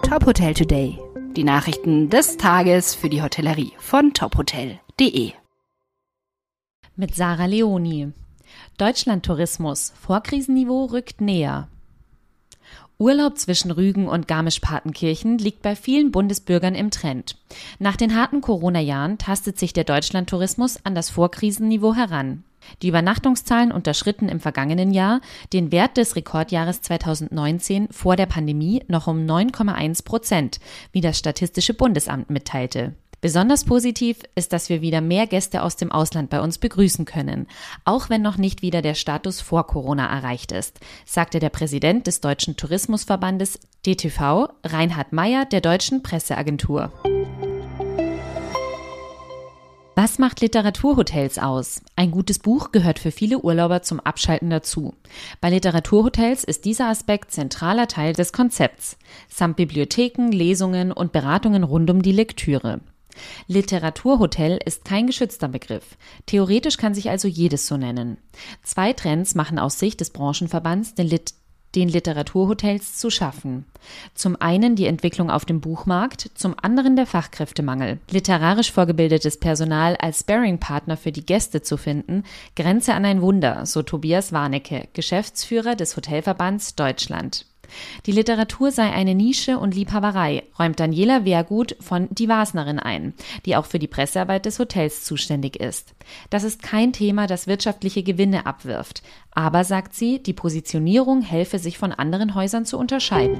Top Hotel Today. Die Nachrichten des Tages für die Hotellerie von tophotel.de. Mit Sarah Leoni. Deutschlandtourismus. Vorkrisenniveau rückt näher. Urlaub zwischen Rügen und Garmisch-Partenkirchen liegt bei vielen Bundesbürgern im Trend. Nach den harten Corona-Jahren tastet sich der Deutschlandtourismus an das Vorkrisenniveau heran. Die Übernachtungszahlen unterschritten im vergangenen Jahr den Wert des Rekordjahres 2019 vor der Pandemie noch um 9,1%, wie das Statistische Bundesamt mitteilte. Besonders positiv ist, dass wir wieder mehr Gäste aus dem Ausland bei uns begrüßen können, auch wenn noch nicht wieder der Status vor Corona erreicht ist, sagte der Präsident des Deutschen Tourismusverbandes DTV, Reinhard Meyer, der Deutschen Presseagentur. Was macht Literaturhotels aus? Ein gutes Buch gehört für viele Urlauber zum Abschalten dazu. Bei Literaturhotels ist dieser Aspekt zentraler Teil des Konzepts, samt Bibliotheken, Lesungen und Beratungen rund um die Lektüre. Literaturhotel ist kein geschützter Begriff. Theoretisch kann sich also jedes so nennen. Zwei Trends machen aus Sicht des Branchenverbands den Literaturhotels zu schaffen. Zum einen die Entwicklung auf dem Buchmarkt, zum anderen der Fachkräftemangel. Literarisch vorgebildetes Personal als Sparringpartner für die Gäste zu finden, grenze an ein Wunder, so Tobias Warnecke, Geschäftsführer des Hotelverbands Deutschland. Die Literatur sei eine Nische und Liebhaberei, räumt Daniela Wehrgut von Die Wasnerin ein, die auch für die Pressearbeit des Hotels zuständig ist. Das ist kein Thema, das wirtschaftliche Gewinne abwirft. Aber, sagt sie, die Positionierung helfe, sich von anderen Häusern zu unterscheiden.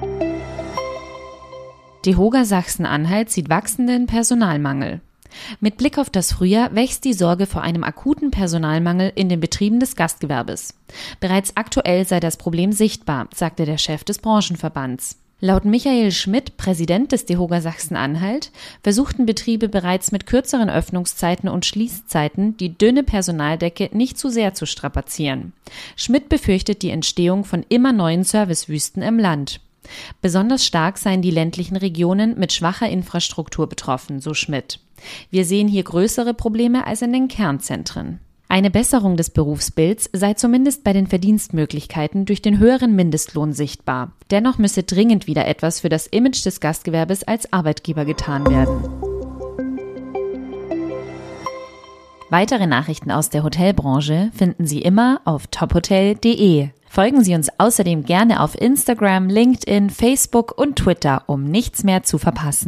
DEHOGA Sachsen-Anhalt sieht wachsenden Personalmangel. Mit Blick auf das Frühjahr wächst die Sorge vor einem akuten Personalmangel in den Betrieben des Gastgewerbes. Bereits aktuell sei das Problem sichtbar, sagte der Chef des Branchenverbands. Laut Michael Schmidt, Präsident des DEHOGA Sachsen-Anhalt, versuchten Betriebe bereits mit kürzeren Öffnungszeiten und Schließzeiten die dünne Personaldecke nicht zu sehr zu strapazieren. Schmidt befürchtet die Entstehung von immer neuen Servicewüsten im Land. Besonders stark seien die ländlichen Regionen mit schwacher Infrastruktur betroffen, so Schmidt. Wir sehen hier größere Probleme als in den Kernzentren. Eine Besserung des Berufsbilds sei zumindest bei den Verdienstmöglichkeiten durch den höheren Mindestlohn sichtbar. Dennoch müsse dringend wieder etwas für das Image des Gastgewerbes als Arbeitgeber getan werden. Weitere Nachrichten aus der Hotelbranche finden Sie immer auf tophotel.de. Folgen Sie uns außerdem gerne auf Instagram, LinkedIn, Facebook und Twitter, um nichts mehr zu verpassen.